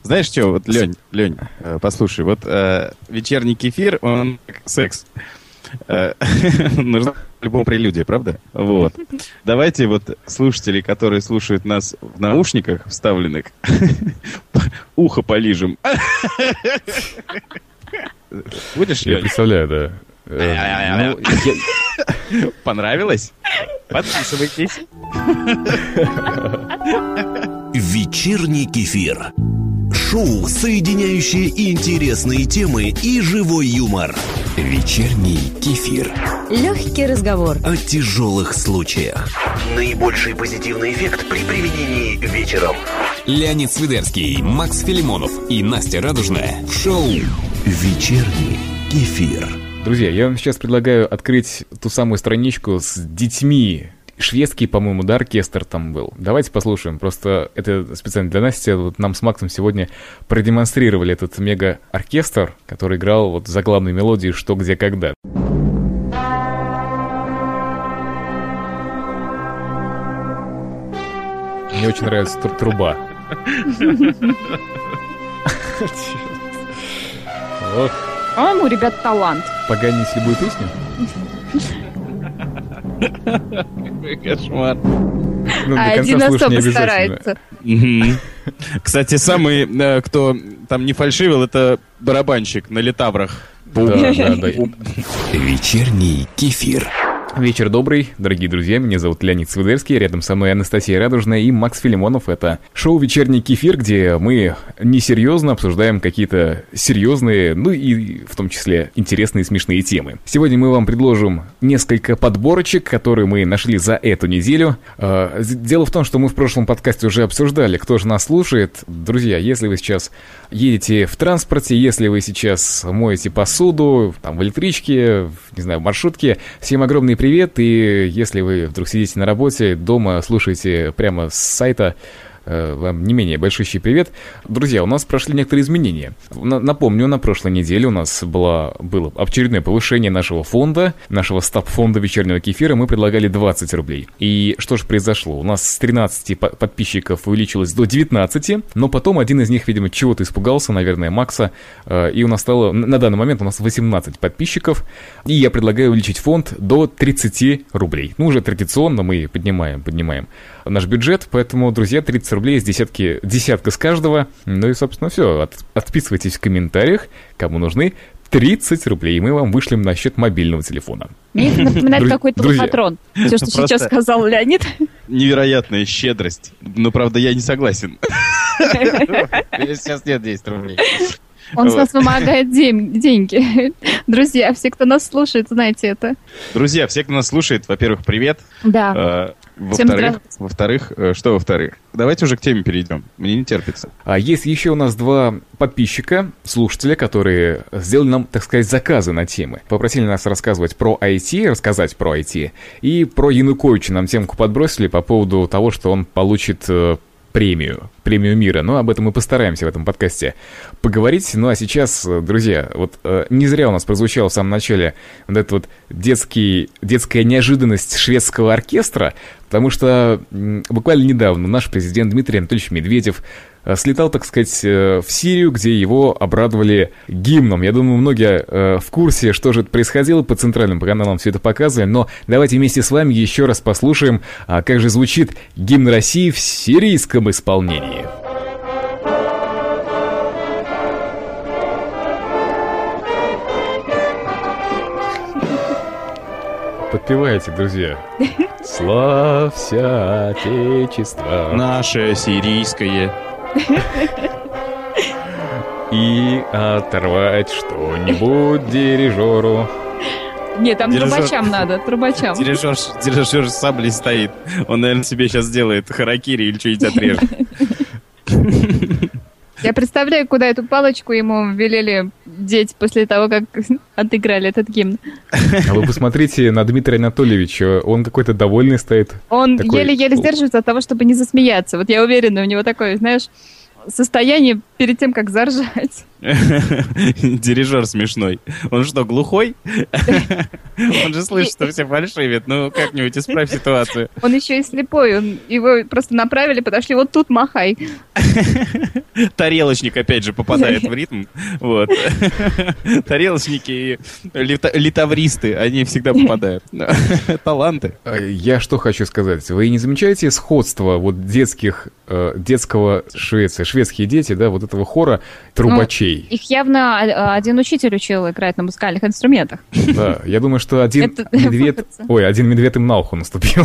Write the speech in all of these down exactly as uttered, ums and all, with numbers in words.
Знаешь что, вот, Лень, Лень, э, послушай, вот э, вечерний кефир, он как секс. Э, нужна любому прелюдия, правда? Вот. Давайте вот слушатели, которые слушают нас в наушниках вставленных, ухо полижем. Будешь, Я Лень? представляю, да. Э, ну, я- Понравилось? Подписывайтесь. Вечерний кефир. Шоу, соединяющее интересные темы и живой юмор. Вечерний кефир. Легкий разговор. О тяжелых случаях. Наибольший позитивный эффект при применении вечером. Леонид Свидерский, Макс Филимонов и Настя Радужная в шоу Вечерний кефир. Друзья, я вам сейчас предлагаю открыть ту самую страничку с детьми. Шведский, по-моему, да, оркестр там был. Давайте послушаем. Просто это специально для Насти. Вот нам с Максом сегодня продемонстрировали этот мега-оркестр, который играл вот заглавной мелодии «Что, где, когда». Мне очень нравится тру- труба. Ох, По-моему, у ребят талант. погонить любую песню? Какой кошмар. Ну, А до один конца слушать не особо обязательно. старается. Мгм. Кстати, самый, э, кто там не фальшивил, это барабанщик на литаврах. Да, да, да. Вечерний кефир. Вечер добрый, дорогие друзья, меня зовут Леонид Свидерский, рядом со мной Анастасия Радужная и Макс Филимонов. Это шоу «Вечерний кефир», где мы несерьезно обсуждаем какие-то серьезные, ну и в том числе интересные и смешные темы. Сегодня мы вам предложим несколько подборочек, которые мы нашли за эту неделю. Э, Дело в том, что мы в прошлом подкасте уже обсуждали, кто же нас слушает. Друзья, если вы сейчас едете в транспорте, если вы сейчас моете посуду, там в электричке, в, не знаю, в маршрутке, всем огромный привет. И если вы вдруг сидите на работе, дома слушаете прямо с сайта, э, вам не менее большущий привет. Друзья, у нас прошли некоторые изменения. На- Напомню, на прошлой неделе у нас было, было очередное повышение нашего фонда, нашего стаб-фонда вечернего кефира. Мы предлагали двадцать рублей. И что же произошло? У нас с тринадцати по- подписчиков увеличилось до девятнадцати, но потом один из них, видимо, чего-то испугался, наверное, Макса, э, и у нас стало, н- на данный момент у нас восемнадцать подписчиков, и я предлагаю увеличить фонд до тридцати рублей. Ну, уже традиционно мы поднимаем, поднимаем наш бюджет, поэтому, друзья, тридцать рублей с десятки, десятка с каждого. Ну и, собственно, все. От, отписывайтесь в комментариях, кому нужны тридцать рублей, и мы вам вышлем на счет мобильного телефона. Мне это напоминает Друз- какой-то друзья. лохотрон. Все, что Просто- сейчас сказал Леонид. Невероятная щедрость. Но, правда, я не согласен. Сейчас нет десять рублей. Он с Вот. нас вымогает дем- деньги. Друзья, все, кто нас слушает, знаете это. Друзья, все, кто нас слушает, во-первых, привет. Да. А, Всем Во-вторых, здравствуйте. во-вторых, э, что во-вторых? Давайте уже к теме перейдем. Мне не терпится. А есть еще у нас два подписчика, слушателя, которые сделали нам, так сказать, заказы на темы. Попросили нас рассказывать про ай ти, рассказать про ай ти, и про Януковича нам темку подбросили по поводу того, что он получит э, премию, премию мира. Но об этом мы постараемся в этом подкасте поговорить. Ну а сейчас, э, друзья, вот э, не зря у нас прозвучало в самом начале вот эта вот детский, детская неожиданность шведского оркестра, потому что м, буквально недавно наш президент Дмитрий Анатольевич Медведев э, слетал, так сказать, э, в Сирию, где его обрадовали гимном. Я думаю, многие э, в курсе, что же это происходило, по центральным каналам все это показывали, но давайте вместе с вами еще раз послушаем, а, как же звучит гимн России в сирийском исполнении. Подпевайте, друзья. Славься, Отечество. Наше сирийское. И оторвать что-нибудь дирижеру. Нет, там Дирижер. трубачам надо, трубачам. Дирижер, дирижер с саблей стоит. Он, наверное, себе сейчас сделает харакири или что-нибудь отрежет. Я представляю, куда эту палочку ему велели деть после того, как отыграли этот гимн. А вы посмотрите на Дмитрия Анатольевича, он какой-то довольный стоит. Он Такой- еле-еле сдерживается от того, чтобы не засмеяться. Вот я уверена, у него такой, знаешь, состояние перед тем, как заржать. Дирижер смешной. Он что, глухой? Он же слышит, что все фальшивят. Ну, как-нибудь исправь ситуацию. Он еще и слепой. Он, его просто направили, подошли, вот тут махай. Тарелочник, опять же, попадает в ритм. Вот. Тарелочники и лита- литавристы, они всегда попадают. Таланты. Я что хочу сказать. Вы не замечаете сходства вот детских, э, детского Швеции, шведские дети, да, вот этого хора трубачей? Ну, их явно один учитель учил играть на музыкальных инструментах. Да, я думаю, что один Это медведь... выпадется. Ой, один медведь им на ухо наступил.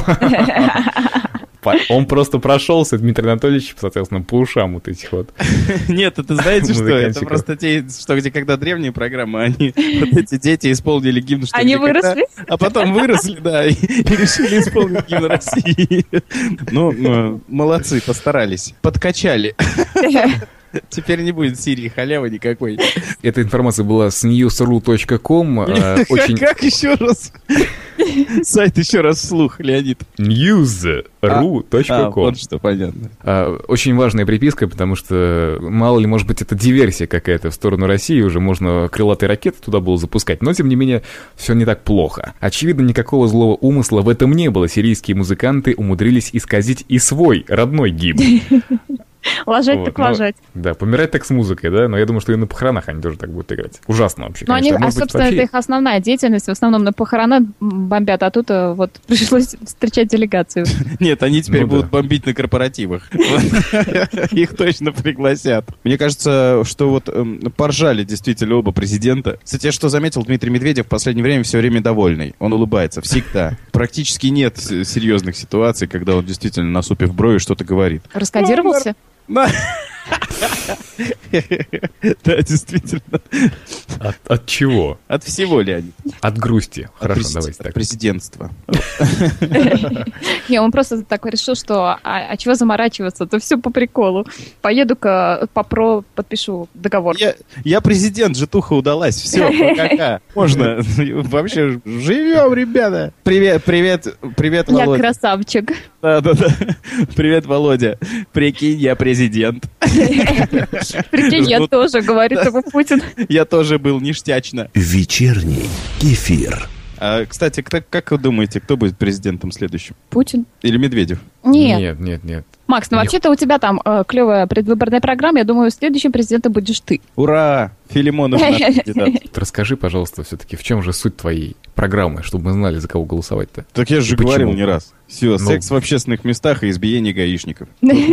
Он просто прошелся, Дмитрий Анатольевич, соответственно, по ушам вот этих вот. Нет, это знаете что? Это Музыкантиков. просто те, что где когда древние программы, они, вот эти дети исполнили гимн, что Они где когда, выросли? а потом выросли, да, и, и решили исполнить гимн России. Ну, ну, молодцы, постарались. Подкачали. Теперь не будет Сирии халявы никакой. Эта информация была с ньюс точка ру точка ком. Очень... Как еще раз? Сайт еще раз вслух, Леонид. ньюс точка ру точка А, ком. вот что, понятно. А, очень важная приписка, потому что, мало ли, может быть, это диверсия какая-то в сторону России, уже можно крылатые ракеты туда было запускать, но, тем не менее, все не так плохо. Очевидно, никакого злого умысла в этом не было. Сирийские музыканты умудрились исказить и свой родной гимн. Ложать Вот, так но- ложать. Да, помирать так с музыкой, да, но я думаю, что и на похоронах они тоже так будут играть. Ужасно вообще, Ну, они, конечно. а, Может быть, собственно, вообще- это их основная деятельность. В основном на похорона бомбят, а тут э, вот пришлось встречать делегацию. Нет, они теперь Ну будут да. бомбить на корпоративах. Их точно пригласят. Мне кажется, что вот эм, поржали действительно оба президента. Кстати, я что заметил, Дмитрий Медведев в последнее время все время довольный. Он улыбается всегда. Практически нет с- серьезных ситуаций, когда он действительно, насупив брови, что-то говорит. Раскодировался? Да, действительно. От, от чего? От всего, Леонид. От грусти. От Хорошо, прези- давайте от так. президентства. Не, он просто так решил, что а, а чего заморачиваться, то все по приколу. Поеду-ка попро подпишу договор. Я, я президент, житуха удалась. Все, пока. Можно. Вообще, живем, ребята. Привет, привет, привет, Я Володя. красавчик. Да, да, да. Привет, Володя. Прикинь, я президент. Прикинь, я Ну, тоже, говорит ему Путин. Я тоже был ништячно. Вечерний кефир. А, кстати, кто, как вы думаете, кто будет президентом следующим? Путин? Или Медведев? Нет. Нет, нет, нет. Макс, ну Не- вообще-то у тебя там э, клевая предвыборная программа. Я думаю, следующим президентом будешь ты. Ура! Филимонов наш кандидат. Вот расскажи, пожалуйста, все-таки, в чем же суть твоей программы, чтобы мы знали, за кого голосовать-то? Так я же И почему? говорил не раз. Все, Ну. секс в общественных местах и избиение гаишников.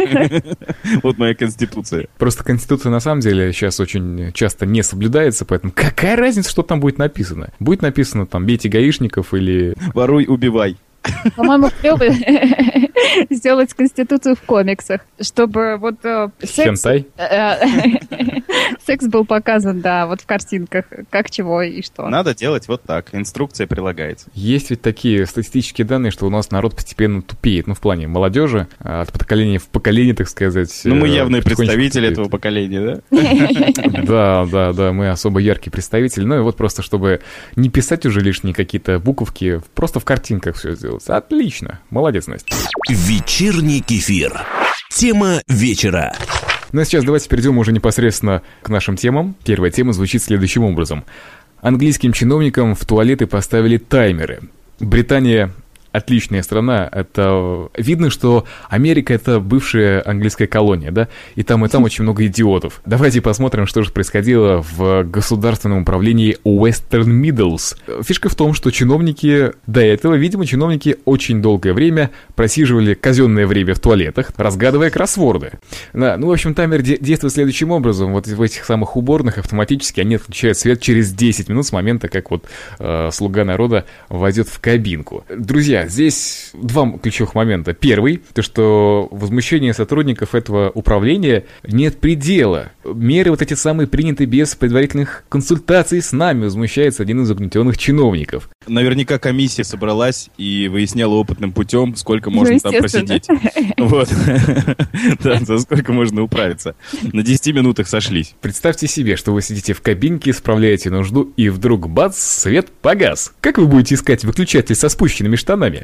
Вот моя конституция. Просто Конституция, на самом деле, сейчас очень часто не соблюдается, поэтому какая разница, что там будет написано? Будет написано там «бейте гаишников» или... Воруй, убивай. По-моему, клево сделать конституцию в комиксах, чтобы вот э, секс... Хентай? э, Секс был показан, да, вот в картинках, как, чего и что. Надо делать вот так. Инструкция прилагается. Есть ведь такие статистические данные, что у нас народ постепенно тупеет, ну, в плане молодежи, а от поколения в поколение, так сказать. Ну, мы э, явные потихонечку представители тупеет. этого поколения, да? Да, да, да, мы особо яркий представитель. Ну и вот просто, чтобы не писать уже лишние какие-то буковки, просто в картинках все сделать. Отлично. Молодец, Настя. Вечерний кефир. Тема вечера. Ну а сейчас давайте перейдем уже непосредственно к нашим темам. Первая тема звучит следующим образом. Английским чиновникам в туалеты поставили таймеры. Британия отличная страна. Это видно, что Америка — это бывшая английская колония, да? И там, и там очень много идиотов. Давайте посмотрим, что же происходило в государственном управлении Western Midlands. Фишка в том, что чиновники до этого, видимо, чиновники очень долгое время просиживали казенное время в туалетах, разгадывая кроссворды. Да, ну, в общем, таймер де- действует следующим образом. Вот в этих самых уборных автоматически они отключают свет через десять минут с момента, как вот э, слуга народа войдет в кабинку. Друзья, здесь два ключевых момента. Первый, то что возмущение сотрудников этого управления нет предела. Меры вот эти самые приняты без предварительных консультаций с нами, возмущается один из угнетенных чиновников. Наверняка комиссия собралась и выясняла опытным путем, сколько можно Ну, там естественно. просидеть. Вот. Да, за сколько можно управиться. На десяти минутах сошлись. Представьте себе, что вы сидите в кабинке, справляете нужду, и вдруг бац, свет погас. Как вы будете искать выключатель со спущенными штанами?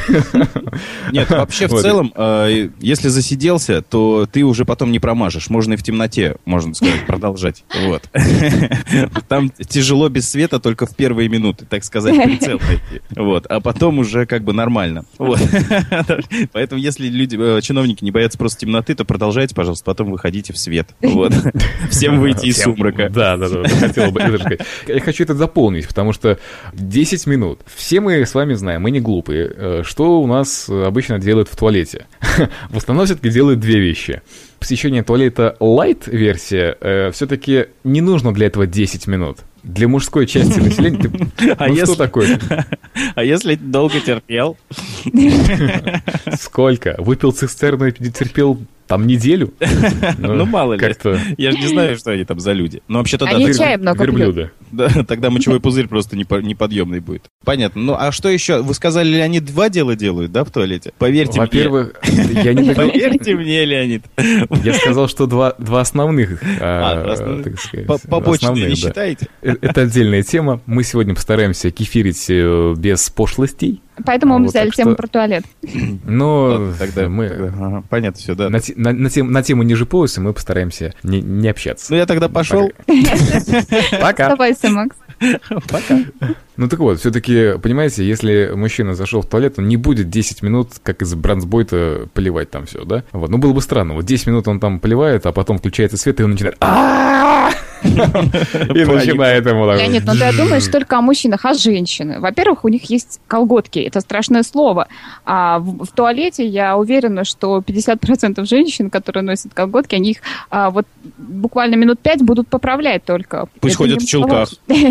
Нет, вообще в Вот. целом, э, если засиделся, то ты уже потом не промажешь. Можно и в темноте, можно сказать, продолжать. Вот. Там тяжело без света только в первые минуты, так сказать, прицел найти. Вот. А потом уже как бы нормально. Вот. Поэтому если люди, э, чиновники не боятся просто темноты, то продолжайте, пожалуйста, потом выходите в свет. Вот. Всем выйти из Всем- сумрака. Да, да, да, хотел бы это сказать. Я хочу это дополнить, потому что десять минут. Все мы с вами знаем, мы не глупые. Э, Что у нас э, обычно делают в туалете? В основном все-таки делают две вещи. Посещение туалета light-версия э, все-таки не нужно для этого десять минут. Для мужской части населения... ты- А ну если- что такое? А если долго терпел? Сколько? Выпил цистерну и терпел там неделю? Ну, мало ли. Как-то Я же не знаю, что они там за люди. Но вообще-то да, Они ты- чая много пьют. верблюда. да, тогда мочевой пузырь просто непо- неподъемный будет. Понятно. Ну, а что еще? Вы сказали, они два дела делают, да, в туалете? Поверьте Во-первых, я не мне. договорил. Поверьте мне, Леонид. Я сказал, что два, два основных, а, А, два основных. так сказать, По- Побочные основные, не да. считаете? Э, Это отдельная тема. Мы сегодня постараемся кефирить э, без пошлостей. Поэтому мы Вот, взяли так тему что- про туалет. Но Вот, Тогда, мы тогда, ага, понятно все, да. на, те- на- на тем- на тему ниже пояса мы постараемся не, не общаться. Ну, я тогда пошел. Пока. Оставайся, Макс. Пока. Ну так вот, все-таки, понимаете, если мужчина зашел в туалет, он не будет десять минут, как из бронзбойта, поливать там все, да? Вот, ну было бы странно. Вот десять минут он там поливает, а потом включается свет, и он начинает... И начинает ему так... Леонид, ну ты думаешь только о мужчинах, а женщины? Во-первых, у них есть колготки, это страшное слово. А в, в туалете я уверена, что пятьдесят процентов женщин, которые носят колготки, они их а, вот буквально минут пять будут поправлять только. Пусть Это ходят не в чулках.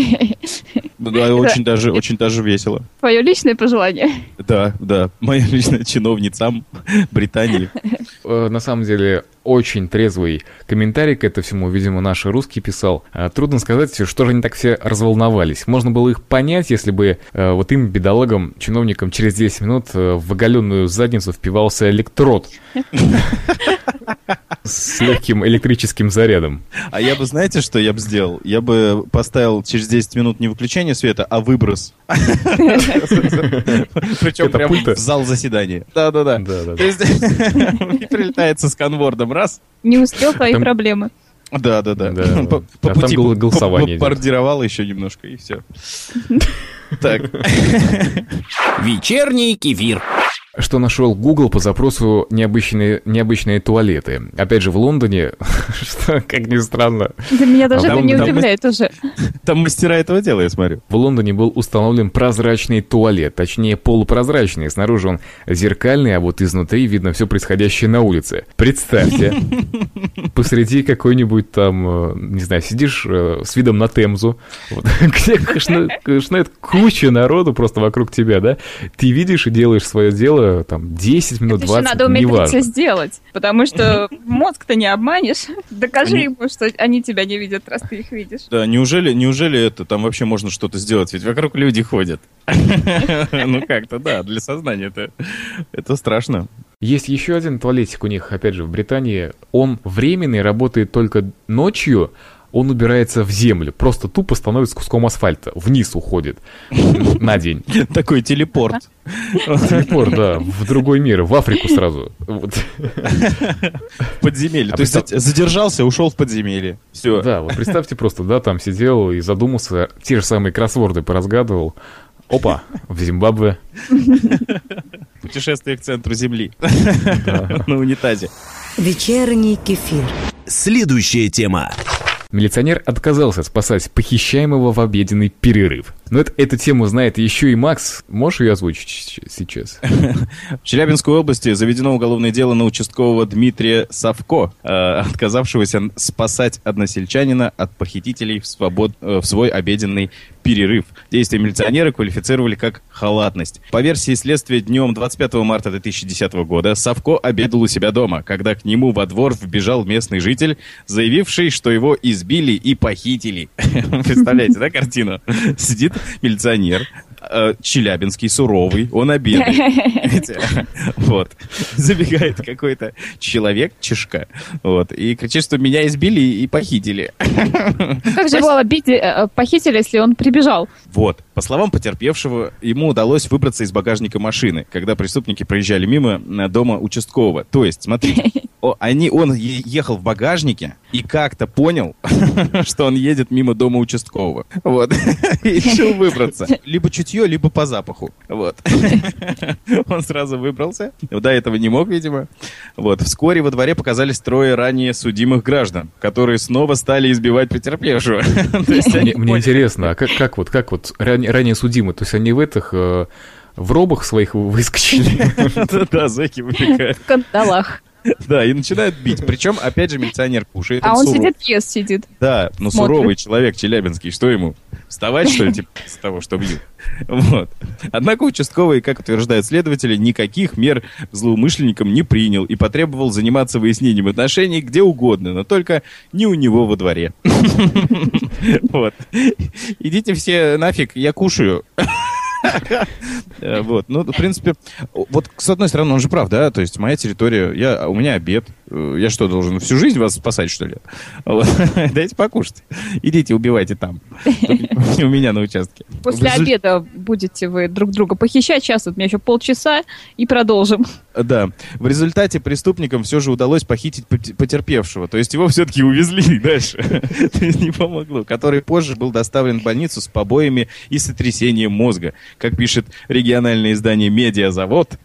Да, очень даже, очень даже весело. Твое личное пожелание. Да, да. Моя личная чиновницам Британии. Э, На самом деле, очень трезвый комментарий к этому всему, видимо, наш русский писал. Э, Трудно сказать, что же они так все разволновались. Можно было их понять, если бы э, вот им, бедолагам, чиновникам, через десять минут э, в оголенную задницу впивался электрод с легким электрическим зарядом. А я бы, знаете, что я бы сделал? Я бы поставил через десять минут не выключение света, а выброс. Причем Это прямо пульта? в зал заседания. Да-да-да. Да-да-да. То есть и прилетает со сканвордом раз. Не успел твои Там- проблемы. Да-да-да. Да. По по А там пути гол- по- голосование по- идет. Бомбардировал еще немножко, и все. Так. Вечерний кефир. Что нашел Google по запросу необычные, необычные туалеты. Опять же, в Лондоне, что, как ни странно, Да меня даже А это там- не там- удивляет уже. Там мастера этого дела, я смотрю. в Лондоне был установлен прозрачный туалет, точнее полупрозрачный. Снаружи он зеркальный, а вот изнутри видно все происходящее на улице. Представьте, посреди какой-нибудь там, э, не знаю, сидишь э, с видом на Темзу, вот, где кошна- кошнает куча народу просто вокруг тебя, да? Ты видишь и делаешь свое дело там десять минут, Это еще двадцать, надо уметь это неважно. все сделать, потому что мозг-то не обманешь. Докажи Они- ему, что они тебя не видят, раз ты их видишь. Да, неужели, неужели это там вообще можно что-то сделать? Ведь вокруг люди ходят. Ну как-то, да, для сознания это, это страшно. Есть еще один туалетик у них, опять же, в Британии. Он временный, работает только ночью. Он убирается в землю. Просто тупо становится куском асфальта. Вниз уходит на день. Такой телепорт. Телепорт, да, в другой мир, в Африку сразу. Вот. В подземелье. А То есть представь- задержался, ушел в подземелье. Все. Да, вот представьте просто, да, там сидел и задумался, те же самые кроссворды поразгадывал. Опа, в Зимбабве. Путешествие к центру Земли. На унитазе. Вечерний кефир. Следующая тема. Милиционер отказался спасать похищаемого в обеденный перерыв. Но это, эту тему знает еще и Макс. Можешь ее озвучить щ- сейчас? В Челябинской области заведено уголовное дело на участкового Дмитрия Савко, э, отказавшегося спасать односельчанина от похитителей в, свобод... э, в свой обеденный перерыв. Действия милиционера квалифицировали как халатность. По версии следствия, днем двадцать пятого марта две тысячи десятого года Савко обедал у себя дома, когда к нему во двор вбежал местный житель, заявивший, что его избили и похитили. Представляете, да, картину? Сидит милиционер, э, челябинский, суровый, он обедает. Вот. Забегает какой-то человек, чешка, вот, и кричит, что меня избили и похитили. Как же его похитили, если он прибежал? Вот. По словам потерпевшего, ему удалось выбраться из багажника машины, когда преступники проезжали мимо дома участкового. То есть, смотрите, они, он ехал в багажнике и как-то понял, что он едет мимо дома участкового. Вот. И решил выбраться. Либо чутье, либо по запаху. Вот. Он сразу выбрался. До этого не мог, видимо. Вот. Вскоре во дворе показались трое ранее судимых граждан, которые снова стали избивать потерпевшего. Мне, мне интересно, а как, как вот, как вот ранее, ранее судимые, то есть они в этих, э, в робах своих выскочили? Да, зэки выбегают. В кандалах. Да, и начинают бить. Причем, опять же, милиционер кушает. А он сидит, ест, сидит. Да, но суровый человек челябинский, что ему? Вставать, что ли, типа, с того, что бьют? Вот. Однако участковый, как утверждают следователи, никаких мер злоумышленникам не принял и потребовал заниматься выяснением отношений где угодно, но только не у него во дворе. Вот. Идите все нафиг, я кушаю. Вот, ну, в принципе, вот, с одной стороны, он же прав, да, то есть моя территория, я, у меня обед, я что, должен всю жизнь вас спасать, что ли? Вот. Дайте покушать. Идите, убивайте там. У меня на участке. После обеда будете вы друг друга похищать, сейчас вот у меня еще полчаса, и продолжим. Да, в результате преступникам все же удалось похитить потерпевшего, то есть его все-таки увезли дальше, то есть не помогло, который позже был доставлен в больницу с побоями и сотрясением мозга. Как пишет региональное издание «Медиазавод».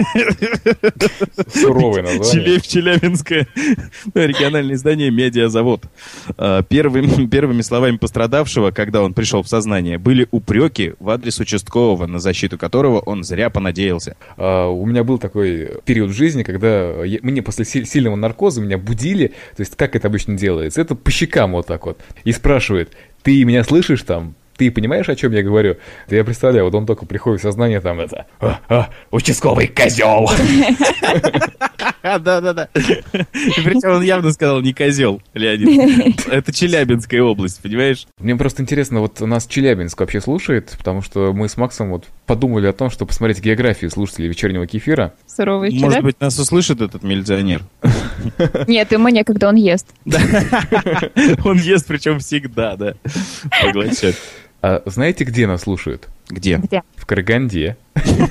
Суровое название. Челябинское региональное издание «Медиазавод». Первыми, первыми словами пострадавшего, когда он пришел в сознание, были упреки в адрес участкового, на защиту которого он зря понадеялся. А, у меня был такой период в жизни, когда я, мне после сильного наркоза меня будили, то есть как это обычно делается? Это по щекам вот так вот. И спрашивает: ты меня слышишь там? Ты понимаешь, о чем я говорю? Да я представляю, вот он только приходит в сознание, там это... А, а, участковый козел! Да-да-да. Причем он явно сказал не козел, Леонид. Это Челябинская область, понимаешь? Мне просто интересно, вот нас Челябинск вообще слушает, потому что мы с Максом вот подумали о том, чтобы посмотреть географию слушателей вечернего кефира. Суровый человек. Может быть, нас услышит этот милиционер? Нет, ему некогда, он ест. Он ест, причем всегда, да. Поглощает. А знаете, где нас слушают? Где? Где? В Караганде.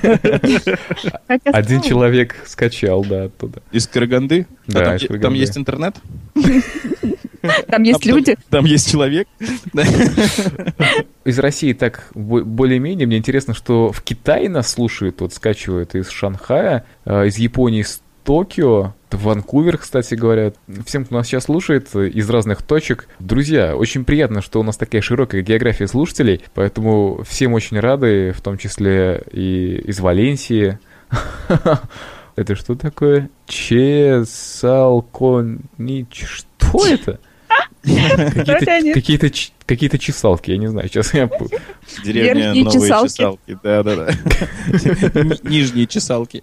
Один человек скачал, да, оттуда. Из Караганды? Да, а там, из Караганды. Там есть интернет? Там есть а люди? Там есть человек? Из России так более-менее. Мне интересно, что в Китае нас слушают, вот скачивают из Шанхая, из Японии, из Токио, Ванкувер, кстати говоря. Всем, кто нас сейчас слушает из разных точек. Друзья, очень приятно, что у нас такая широкая география слушателей, поэтому всем очень рады, в том числе и из Валенсии. Это что такое? Чесалконич. Что это? Какие-то, какие-то, какие-то чесалки, я не знаю, сейчас я... Деревня Верхние Новые чесалки. Чесалки, да-да-да. Нижние чесалки.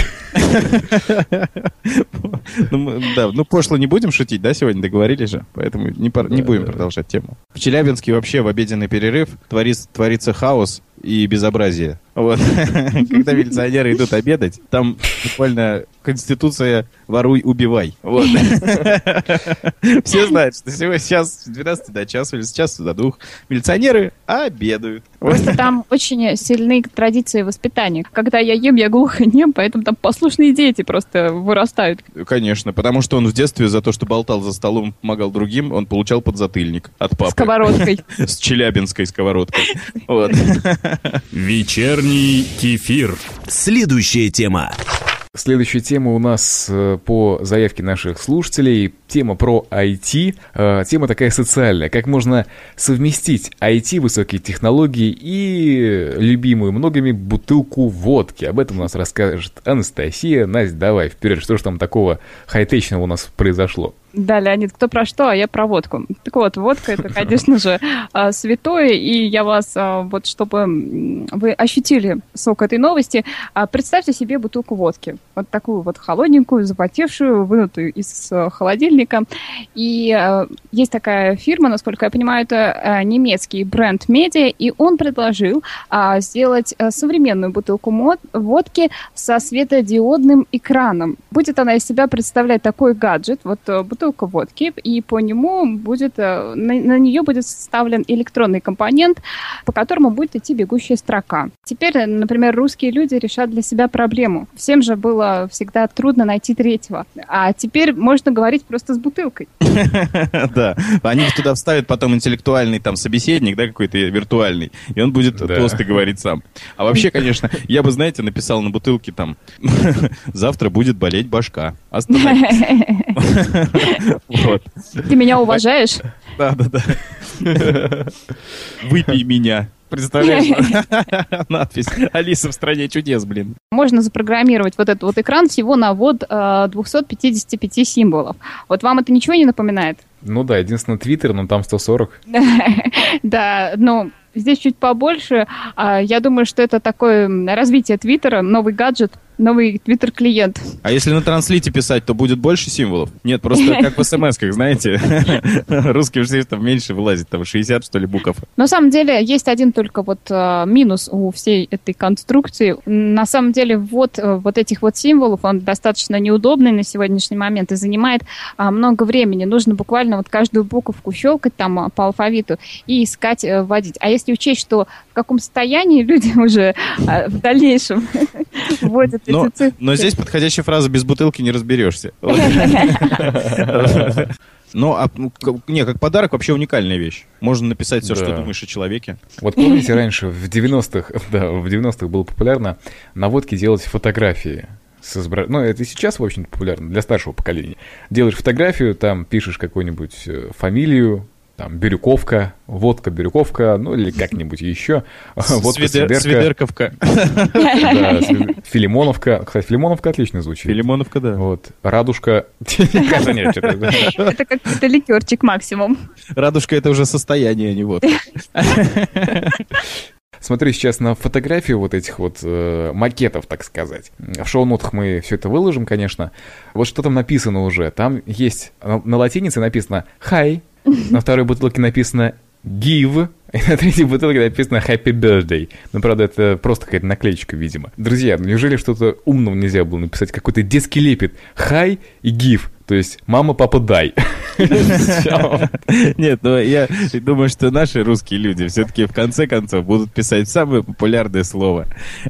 Да, ну пошло не будем шутить, да, сегодня договорились же, поэтому не будем продолжать тему. В Челябинске вообще в обеденный перерыв творится хаос и безобразие. Вот. Когда милиционеры идут обедать, там буквально конституция «воруй, убивай». Вот. Все знают, что сейчас с двенадцати до часу или с часу до двух милиционеры обедают. Просто там очень сильные традиции воспитания. Когда я ем, я глухонем, поэтому там послушные дети просто вырастают. Конечно, потому что он в детстве за то, что болтал за столом, помогал другим, он получал подзатыльник от папы. Сковородкой. С челябинской сковородкой. Вот. Вечерний кефир. Следующая тема. Следующая тема у нас э, по заявке наших слушателей. Тема про ай ти. Э, тема такая социальная. Как можно совместить ай ти, высокие технологии и любимую многими бутылку водки. Об этом у нас расскажет Анастасия. Настя, давай вперед. Что же там такого хай-течного у нас произошло? Да, Леонид, кто про что, а я про водку. Так вот, водка — это, конечно же, святое, и я вас, вот чтобы вы ощутили сок этой новости, представьте себе бутылку водки. Вот такую вот холодненькую, запотевшую, вынутую из холодильника. И есть такая фирма, насколько я понимаю, это немецкий бренд Медиа, и он предложил сделать современную бутылку водки со светодиодным экраном. Будет она из себя представлять такой гаджет, вот бутылка водки, и по нему будет, на, на нее будет вставлен электронный компонент, по которому будет идти бегущая строка. Теперь, например, русские люди решат для себя проблему. Всем же было всегда трудно найти третьего. А теперь можно говорить просто с бутылкой. Да. Они туда вставят потом интеллектуальный там собеседник, да, какой-то виртуальный, и он будет тосты говорить сам. А вообще, конечно, я бы, знаете, написал на бутылке там: завтра будет болеть башка. Остановись. Вот. Ты меня уважаешь? Да, да, да. Выпей меня. Представляешь? Надпись: Алиса в стране чудес, блин. Можно запрограммировать вот этот вот экран всего на ввод двести пятьдесят пять символов. Вот вам это ничего не напоминает? Ну да, единственное, Твиттер, но там сто сорок. Да, но здесь чуть побольше. Я думаю, что это такое развитие Твиттера, новый гаджет, новый Твиттер-клиент. А если на транслите писать, то будет больше символов? Нет, просто как в смс-ках, знаете, русским шрифтом меньше вылазит, там шестьдесят, что ли, букв. На самом деле, есть один только вот а, минус у всей этой конструкции. На самом деле, вот, вот этих вот символов, он достаточно неудобный на сегодняшний момент и занимает а, много времени. Нужно буквально вот каждую буковку щелкать там а, по алфавиту и искать, а, вводить. А если учесть, что в каком состоянии люди уже а, в дальнейшем вводят но, эти цифры. Но здесь подходящая фраза: без бутылки не разберешься. Ну, а, не, как подарок вообще уникальная вещь. Можно написать все, да, что думаешь о человеке. Вот помните, раньше в девяностых, да, в девяностых было популярно на водке делать фотографии. С избра... Ну, это и сейчас, в общем-то, популярно для старшего поколения. Делаешь фотографию, там пишешь какую-нибудь фамилию, там, Бирюковка, водка Бирюковка, ну, или как-нибудь еще. Водка Свидер... Свидерковка. Да, Филимоновка. Кстати, Филимоновка отлично звучит. Филимоновка, да. Вот. Радужка. Это как-то ликерчик максимум. Радужка — это уже состояние, а не водка. Смотрю сейчас на фотографию вот этих вот э, макетов, так сказать. В шоу-нотах мы все это выложим, конечно. Вот что там написано уже. Там есть, на, на латинице написано «Hi», на второй бутылке написано «Give», и на третьей бутылке написано «Happy Birthday». Ну, правда, это просто какая-то наклеечка, видимо. Друзья, неужели что-то умного нельзя было написать? Какой-то детский лепет. «Hi» и «Give». То есть «Мама, папа, дай». Нет, ну я думаю, что наши русские люди все-таки в конце концов будут писать самое популярное слово.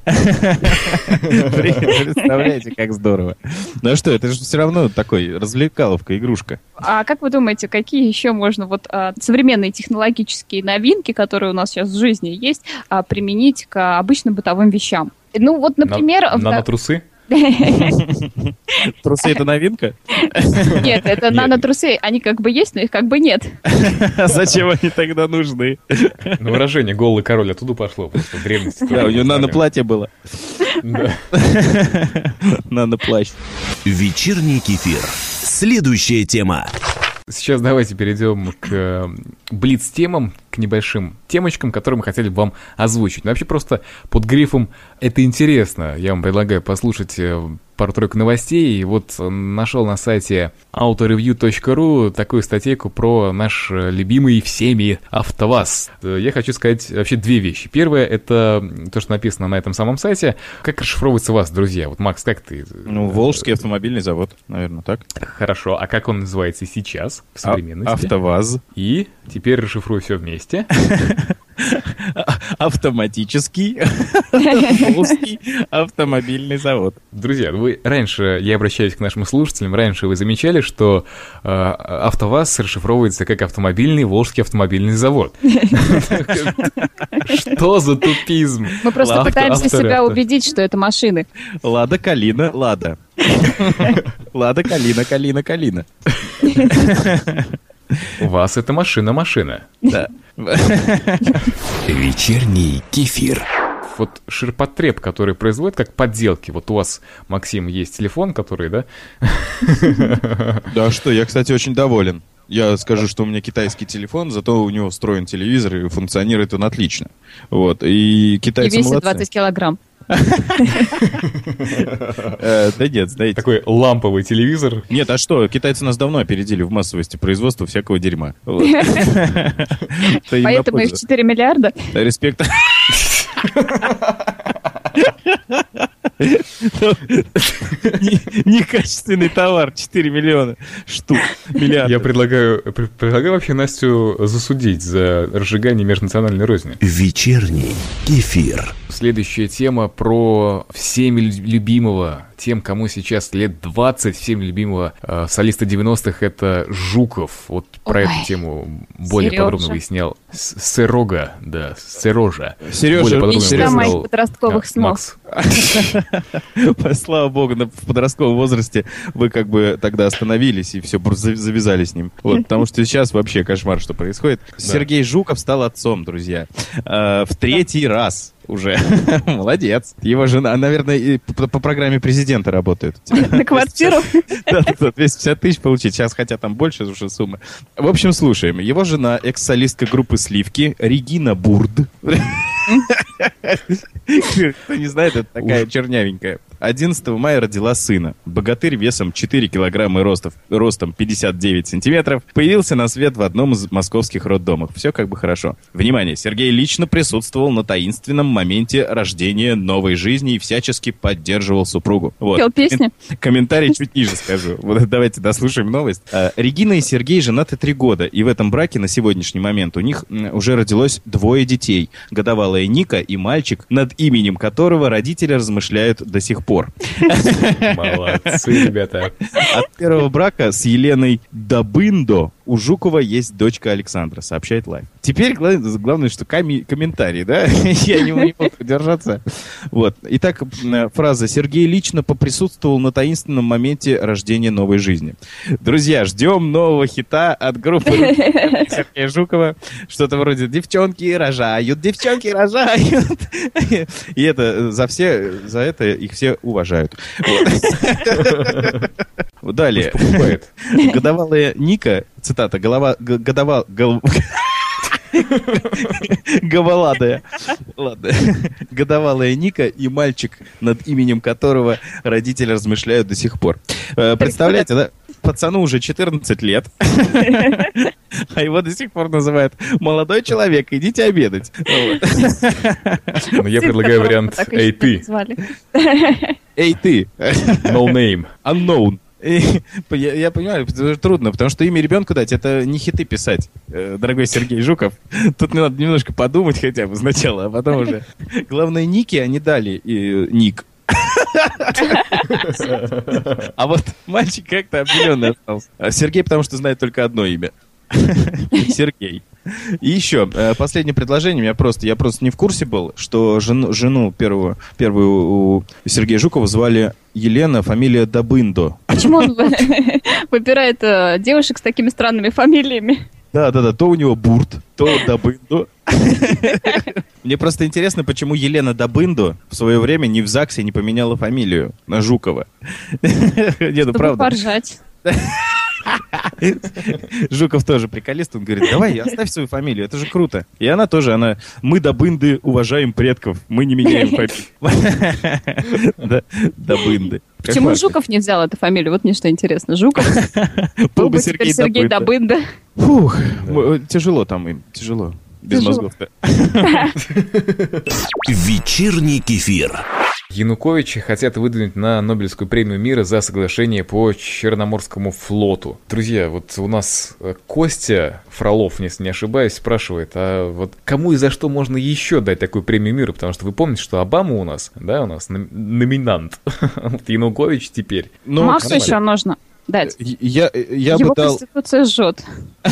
Представляете, как здорово. Ну а что, это же все равно такой развлекаловка, игрушка. А как вы думаете, какие еще можно вот а, современные технологические новинки, которые у нас сейчас в жизни есть, а, применить к обычным бытовым вещам? Ну вот, например... Нанотрусы? Трусы — это новинка? Нет, это нанотрусы. Они как бы есть, но их как бы нет. Зачем они тогда нужны? Ну, выражение «голый король» оттуда пошло, просто в древности. Да, у него нано-платье было. Нано-плащ. Вечерний кефир. Следующая тема. Сейчас давайте перейдем к блиц-темам, к небольшим темочкам, которые мы хотели бы вам озвучить. Но вообще просто под грифом «это интересно» я вам предлагаю послушать пару-тройку новостей. И вот нашел на сайте autoreview точка ру такую статейку про наш любимый всеми АвтоВАЗ. Я хочу сказать вообще две вещи. Первое — это то, что написано на этом самом сайте. Как расшифровывается ВАЗ, друзья? Вот, Макс, как ты? Ну, Волжский автомобильный завод, наверное, так? Хорошо. А как он называется сейчас, в современности? АвтоВАЗ. И теперь расшифрую все вместе. Автоматический Волжский автомобильный завод. Друзья, вы раньше, я обращаюсь к нашим слушателям, раньше вы замечали, что э, АвтоВАЗ расшифровывается как автомобильный Волжский автомобильный завод. Что за тупизм? Мы просто пытаемся себя убедить, что это машины. Лада Калина, Лада. Лада Калина, Калина, Калина. У вас это машина-машина. Да. Вечерний кефир. вот ширпотреб, который производит как подделки. Вот у вас, Максим, есть телефон, который, да? Да что, я, кстати, очень доволен. Я скажу, что у меня китайский телефон, зато у него встроен телевизор, и функционирует он отлично. Вот. И китайцы И весит молодцы. двадцать килограмм. Да нет, знаете. Такой ламповый телевизор. Нет, а что, китайцы нас давно опередили в массовости производства всякого дерьма. Поэтому их четыре миллиарда. Респект. Некачественный товар, четыре миллиона штук, миллиардов. Я предлагаю, предлагаю вообще Настю засудить за разжигание межнациональной розни. Вечерний кефир. Следующая тема про всеми любимого, тем, кому сейчас лет двадцать, всеми любимого э, солиста девяностых, это Жуков. Вот про Ой, эту тему более Сережа. подробно выяснял С- Серога, да, Сережа. Сережа, Более подробно мечта моих выяснял, подростковых а, снов. Макс. Слава богу, на- в подростковом возрасте вы как бы тогда остановились и все завязали с ним. Вот, потому что сейчас вообще кошмар, что происходит. Сергей Жуков стал отцом, друзья. Э, В третий раз уже. Молодец. Его жена, наверное, и по, по программе президента работает. На квартиру. Да, да, двести пятьдесят тысяч получить. Сейчас хотя там больше уже суммы. В общем, слушаем. Его жена, экс-солистка группы «Сливки» Регина Бурд. Кто не знает, это такая чернявенькая. одиннадцатого мая родила сына. Богатырь весом четыре килограмма и ростов, ростом пятьдесят девять сантиметров появился на свет в одном из московских роддомов. Все как бы хорошо. Внимание, Сергей лично присутствовал на таинственном моменте рождения новой жизни и всячески поддерживал супругу. Вот. Пел песни. Комментарий чуть ниже скажу. Вот давайте дослушаем новость. А, Регина и Сергей женаты три года, и в этом браке на сегодняшний момент у них м, уже родилось двое детей. Годовалая Ника и мальчик, над именем которого родители размышляют до сих пор. Молодцы, ребята. От первого брака с Еленой Добындо у Жукова есть дочка Александра, сообщает Лайф. Теперь главное, главное что коми- комментарий, да? Я не мог удержаться. Вот. Итак, м, фраза «Сергей лично поприсутствовал на таинственном моменте рождения новой жизни». Друзья, ждем нового хита от группы Сергея Жукова. Что-то вроде «Девчонки рожают, девчонки рожают». И это за все, за это их все уважают. Вот. Далее. Годовалая Ника, цитата, голова, г- годова, гол- Говаладая. Ладно. Годовалая Ника и мальчик, над именем которого родители размышляют до сих пор. Э, Представляете, да? Пацану уже четырнадцать лет, а его до сих пор называют «молодой человек, идите обедать». Вот. Но я предлагаю вариант «Эй, ты». Эй, ты. No name. Unknown. И, я, я понимаю, это трудно, потому что имя ребенку дать, это не хиты писать, э, дорогой Сергей Жуков. Тут мне надо немножко подумать хотя бы сначала, а потом уже. Главное, Ники они дали, и, ник. А вот мальчик как-то определенно остался. А Сергей, потому что знает только одно имя. Сергей. И еще, э, последнее предложение, я просто, я просто не в курсе был, что жену, жену первую, первую у Сергея Жукова звали Елена, фамилия Добындо. Почему он выбирает э, девушек с такими странными фамилиями? Да, да, да, то у него Бурт, то Добындо. Мне просто интересно, почему Елена Добындо в свое время не в ЗАГСе не поменяла фамилию на Жукова. Не, ну Чтобы правда. поржать. Жуков тоже приколист, он говорит, давай, оставь свою фамилию, это же круто. И она тоже, она, мы Добынды уважаем предков, мы не меняем фамилию. Да, Добынды. Почему Жуков не взял эту фамилию? Вот мне что интересно. Жуков был бы теперь Сергей Добында. Фух, м- тяжело там им, тяжело. Без Тяжело. мозгов-то. Вечерний кефир. Януковича хотят выдвинуть на Нобелевскую премию мира за соглашение по Черноморскому флоту. Друзья, вот у нас э, Костя Фролов, если не ошибаюсь, спрашивает, а вот кому и за что можно еще дать такую премию мира? Потому что вы помните, что Обама у нас, да, у нас ном- номинант. Вот Янукович теперь. Ну, Максу нормально. еще нужно дать. Я, я Его бы дал... конституция жжет.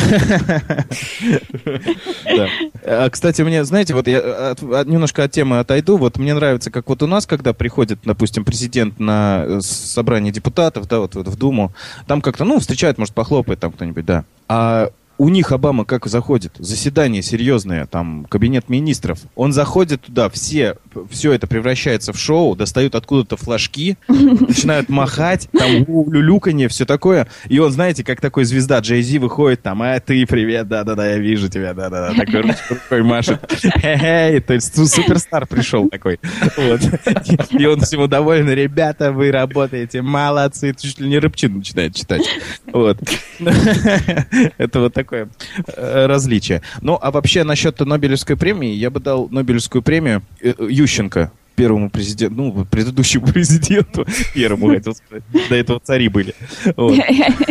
Да. А, кстати, мне, знаете, вот я от- от- немножко от темы отойду. Вот мне нравится, как вот у нас, когда приходит, допустим, президент на э, собрание депутатов, да, вот, вот в Думу, там как-то, ну, встречают, может, похлопает там кто-нибудь, да. А у них Обама как заходит? Заседание серьезное, там, кабинет министров. Он заходит туда, все, все это превращается в шоу, достают откуда-то флажки, начинают махать, там, люлюканье, все такое. И он, знаете, как такой звезда Джей Зи выходит там, а ты, привет, да-да-да, я вижу тебя, да-да-да, такой ручкой рукой машет. Хе-хей, то есть суперстар пришел такой. Вот. И он всему доволен, ребята, вы работаете, молодцы, чуть ли не рыбчин начинает читать. Вот. Это вот такое различие. Ну, а вообще насчет Нобелевской премии, я бы дал Нобелевскую премию Ющенко, первому президенту, ну, предыдущему президенту, первому, хотел сказать, до этого цари были. Вот.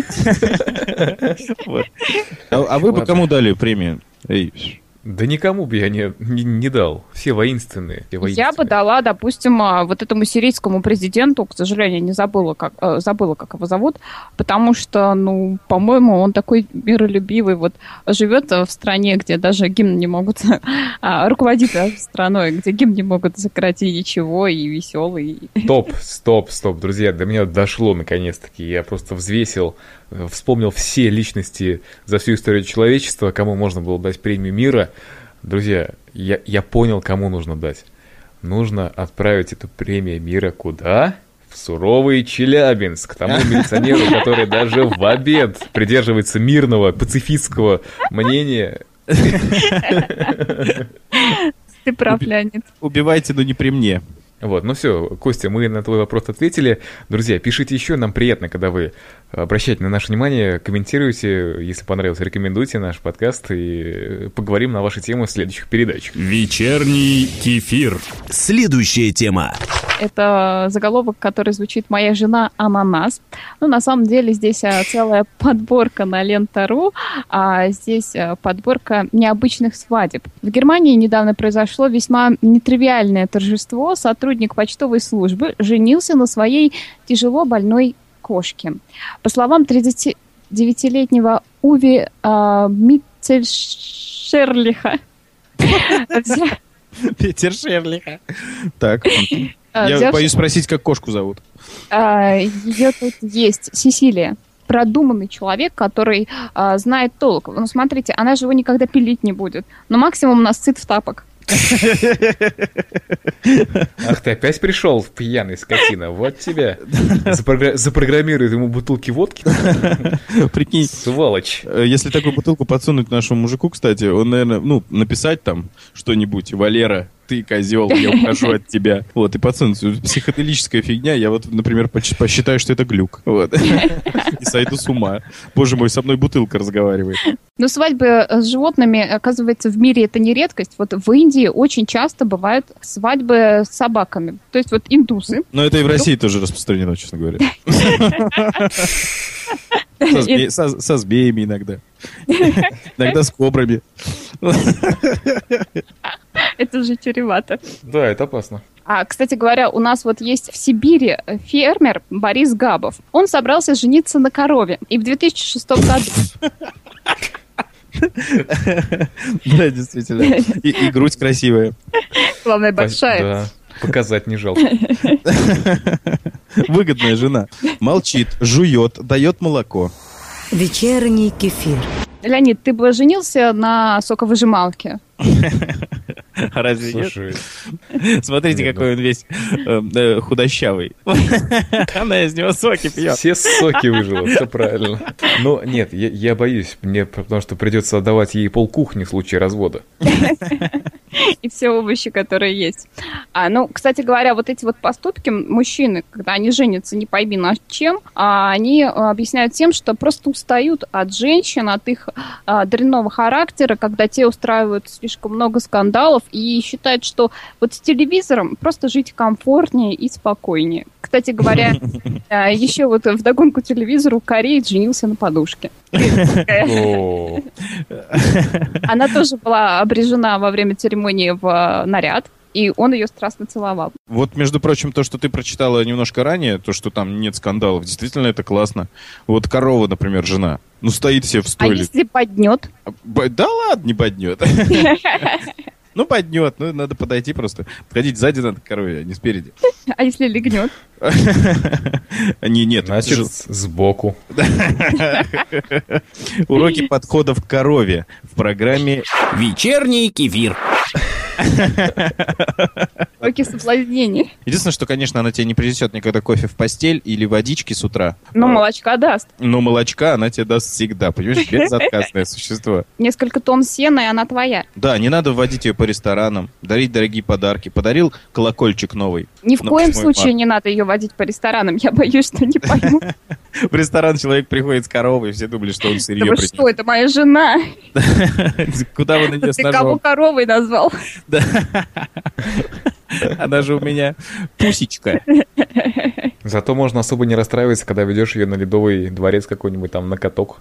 Вот. А, а вы бы кому дали премию? Эй. Да никому бы я не, не, не дал. Все воинственные, все воинственные. Я бы дала, допустим, вот этому сирийскому президенту, к сожалению, не забыла, как, э, забыла, как его зовут, потому что, ну, по-моему, он такой миролюбивый, вот живет в стране, где даже гимн не могут, а, руководит страной, где гимн не могут сократить ничего, и веселый. Стоп, стоп, стоп, друзья, до меня дошло наконец-таки. Я просто взвесил, вспомнил все личности за всю историю человечества, кому можно было дать премию мира. Друзья, я, я понял, кому нужно дать. Нужно отправить эту премию мира куда? В суровый Челябинск. К тому милиционеру, который даже в обед придерживается мирного, пацифистского мнения. Ты прав, Леонид. Убивайте, но не при мне. Вот, ну все, Костя, мы на твой вопрос ответили. Друзья, пишите еще, нам приятно, когда вы обращаете на наше внимание, комментируйте, если понравилось, рекомендуйте наш подкаст и поговорим на ваши темы в следующих передачах. Вечерний кефир. Следующая тема. Это заголовок, который звучит «Моя жена ананас». Ну, на самом деле, здесь целая подборка на Лента.ру, а здесь подборка необычных свадеб. В Германии недавно произошло весьма нетривиальное торжество. Сотрудник почтовой службы женился на своей тяжело больной кошке. По словам тридцатидевятилетнего Уви э, Миттельшерлиха, Питер Шерлиха. Так. Я Взявши... боюсь спросить, как кошку зовут. А, ее тут есть, Сесилия. Продуманный человек, который а, знает толк. Ну, смотрите, она же его никогда пилить не будет. Но максимум насцит в тапок. Ах, ты опять пришел, пьяный скотина. Вот тебя. Запрогра... Запрограммирует ему бутылки водки. Прикинь. Сволочь. Если такую бутылку подсунуть нашему мужику, кстати, он, наверное, ну, написать там что-нибудь, Валера, ты козел, я ухожу от тебя. Вот, и подсунуть. Психоделическая фигня, я вот, например, посчитаю, что это глюк. Вот. И сойду с ума. Боже мой, со мной бутылка разговаривает. Но свадьбы с животными, оказывается, в мире это не редкость. Вот в Индии очень часто бывают свадьбы с собаками. То есть вот индусы. Но это и в России тоже распространено, честно говоря. Со, зме... со, со змеями иногда. Иногда с кобрами. Это же чревато. Да, это опасно. А, кстати говоря, у нас вот есть в Сибири фермер Борис Габов. Он собрался жениться на корове. И в две тысячи шестом году... Да, действительно. И, и грудь красивая. Главное, большая. Да, показать не жалко. Выгодная жена. Молчит, жует, дает молоко. Вечерний кефир. Леонид, ты бы женился на соковыжималке? Разве Слушай, нет? Смотрите, нет, какой ну... он весь э, э, худощавый. Она из него соки пьет. Все соки выжила, все правильно. Но нет, я, я боюсь, мне, потому что придется отдавать ей полкухни в случае развода. И все овощи, которые есть. А, ну, кстати говоря, вот эти вот поступки мужчины, когда они женятся, не пойми на чем, а, они объясняют тем, что просто устают от женщин, от их а, дрянного характера, когда те устраивают слишком много скандалов и считают, что вот с телевизором просто жить комфортнее и спокойнее. Кстати говоря, еще вот вдогонку телевизору кореец женился на подушке. Она тоже была обрежена во время церемонии в наряд, и он ее страстно целовал. Вот, между прочим, то, что ты прочитала немножко ранее, то, что там нет скандалов, действительно это классно. Вот корова, например, жена, ну стоит себе в стойле. А если боднет? Да ладно, не боднет. Ну, поднет, ну, надо подойти просто. Подходить сзади надо к корове, а не спереди. А если легнет? Не, нет. Значит, сбоку. Уроки подходов к корове в программе Вечерний кефир. Уроки соблазнения. Единственное, что, конечно, она тебе не принесет никогда кофе в постель или водички с утра. Но молочка даст. Но молочка она тебе даст всегда, понимаешь? Безотказное существо. Несколько тонн сена, и она твоя. Да, не надо вводить ее по ресторанам, дарить дорогие подарки. Подарил колокольчик новый. Ни в на коем восьмое случае не надо ее водить по ресторанам. Я боюсь, что не пойму. В ресторан человек приходит с коровой, все думали, что он сырье Да вы принес. что, это моя жена. Куда вы на нее с Ты кого ножом? коровой назвал? Да. Она же у меня пусечка. Зато можно особо не расстраиваться, когда ведешь ее на Ледовый дворец какой-нибудь там, на каток.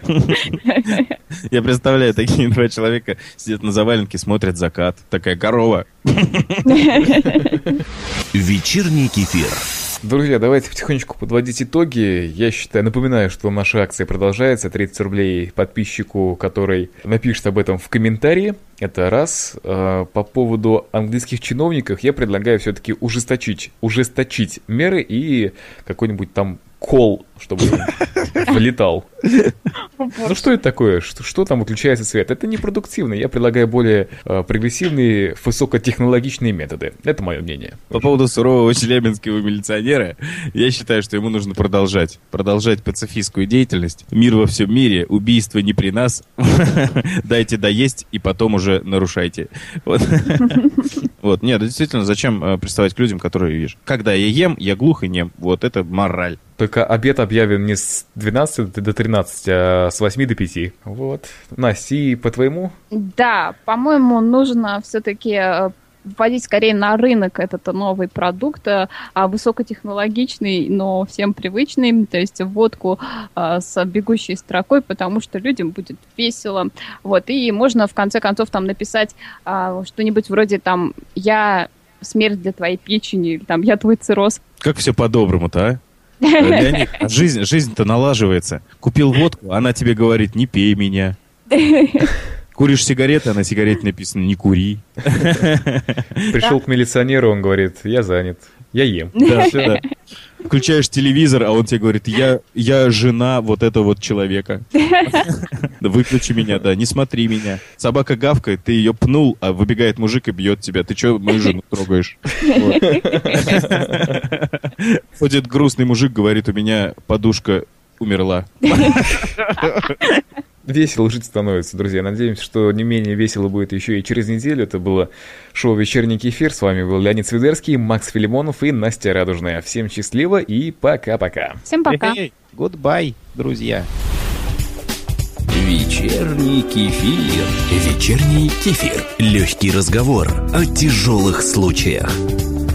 Я представляю, такие два человека сидят на заваленке, смотрят закат. Такая корова. Вечерний кефир. Друзья, давайте потихонечку подводить итоги. Я считаю, напоминаю, что наша акция продолжается. тридцать рублей подписчику, который напишет об этом в комментарии. Это раз. По поводу английских чиновников я предлагаю все-таки ужесточить, ужесточить меры и какой-нибудь там кол, чтобы влетал. Ну что это такое? Что, что там выключается свет? Это непродуктивно. Я предлагаю более э, прогрессивные, высокотехнологичные методы. Это мое мнение. По поводу сурового челябинского милиционера, я считаю, что ему нужно продолжать. Продолжать пацифистскую деятельность. Мир во всем мире, убийство не при нас. Дайте доесть и потом уже нарушайте. Вот. Вот. Нет, действительно, зачем э, приставать к людям, которые, видишь, когда я ем, я глух и нем. Вот это мораль. Только обед объявлен не с двенадцати до тринадцати, а с восьми до пяти. Вот. Настя, и по-твоему? Да, по-моему, нужно все-таки вводить скорее на рынок этот новый продукт, а высокотехнологичный, но всем привычный, то есть водку а, с бегущей строкой, потому что людям будет весело. Вот. И можно в конце концов там написать а, что-нибудь вроде там «Я смерть для твоей печени», или там «Я твой цирроз». Как все по-доброму-то, а? Для них жизнь, жизнь-то налаживается. Купил водку, она тебе говорит, не пей меня. Куришь сигареты, а на сигарете написано, не кури. Пришел к милиционеру, он говорит, я занят, я ем. Да, да. Включаешь телевизор, а он тебе говорит, я, я жена вот этого вот человека. Выключи меня, да, не смотри меня. Собака гавкает, ты ее пнул, а выбегает мужик и бьет тебя. Ты что мою жену трогаешь? Ходит грустный мужик, говорит, у меня подушка умерла. Весело жить становится, друзья. Надеемся, что не менее весело будет еще и через неделю. Это было шоу «Вечерний кефир». С вами был Леонид Свидерский, Макс Филимонов и Настя Радужная. Всем счастливо и пока-пока. Всем пока. Goodbye, друзья. Вечерний кефир. Вечерний кефир. Легкий разговор о тяжелых случаях.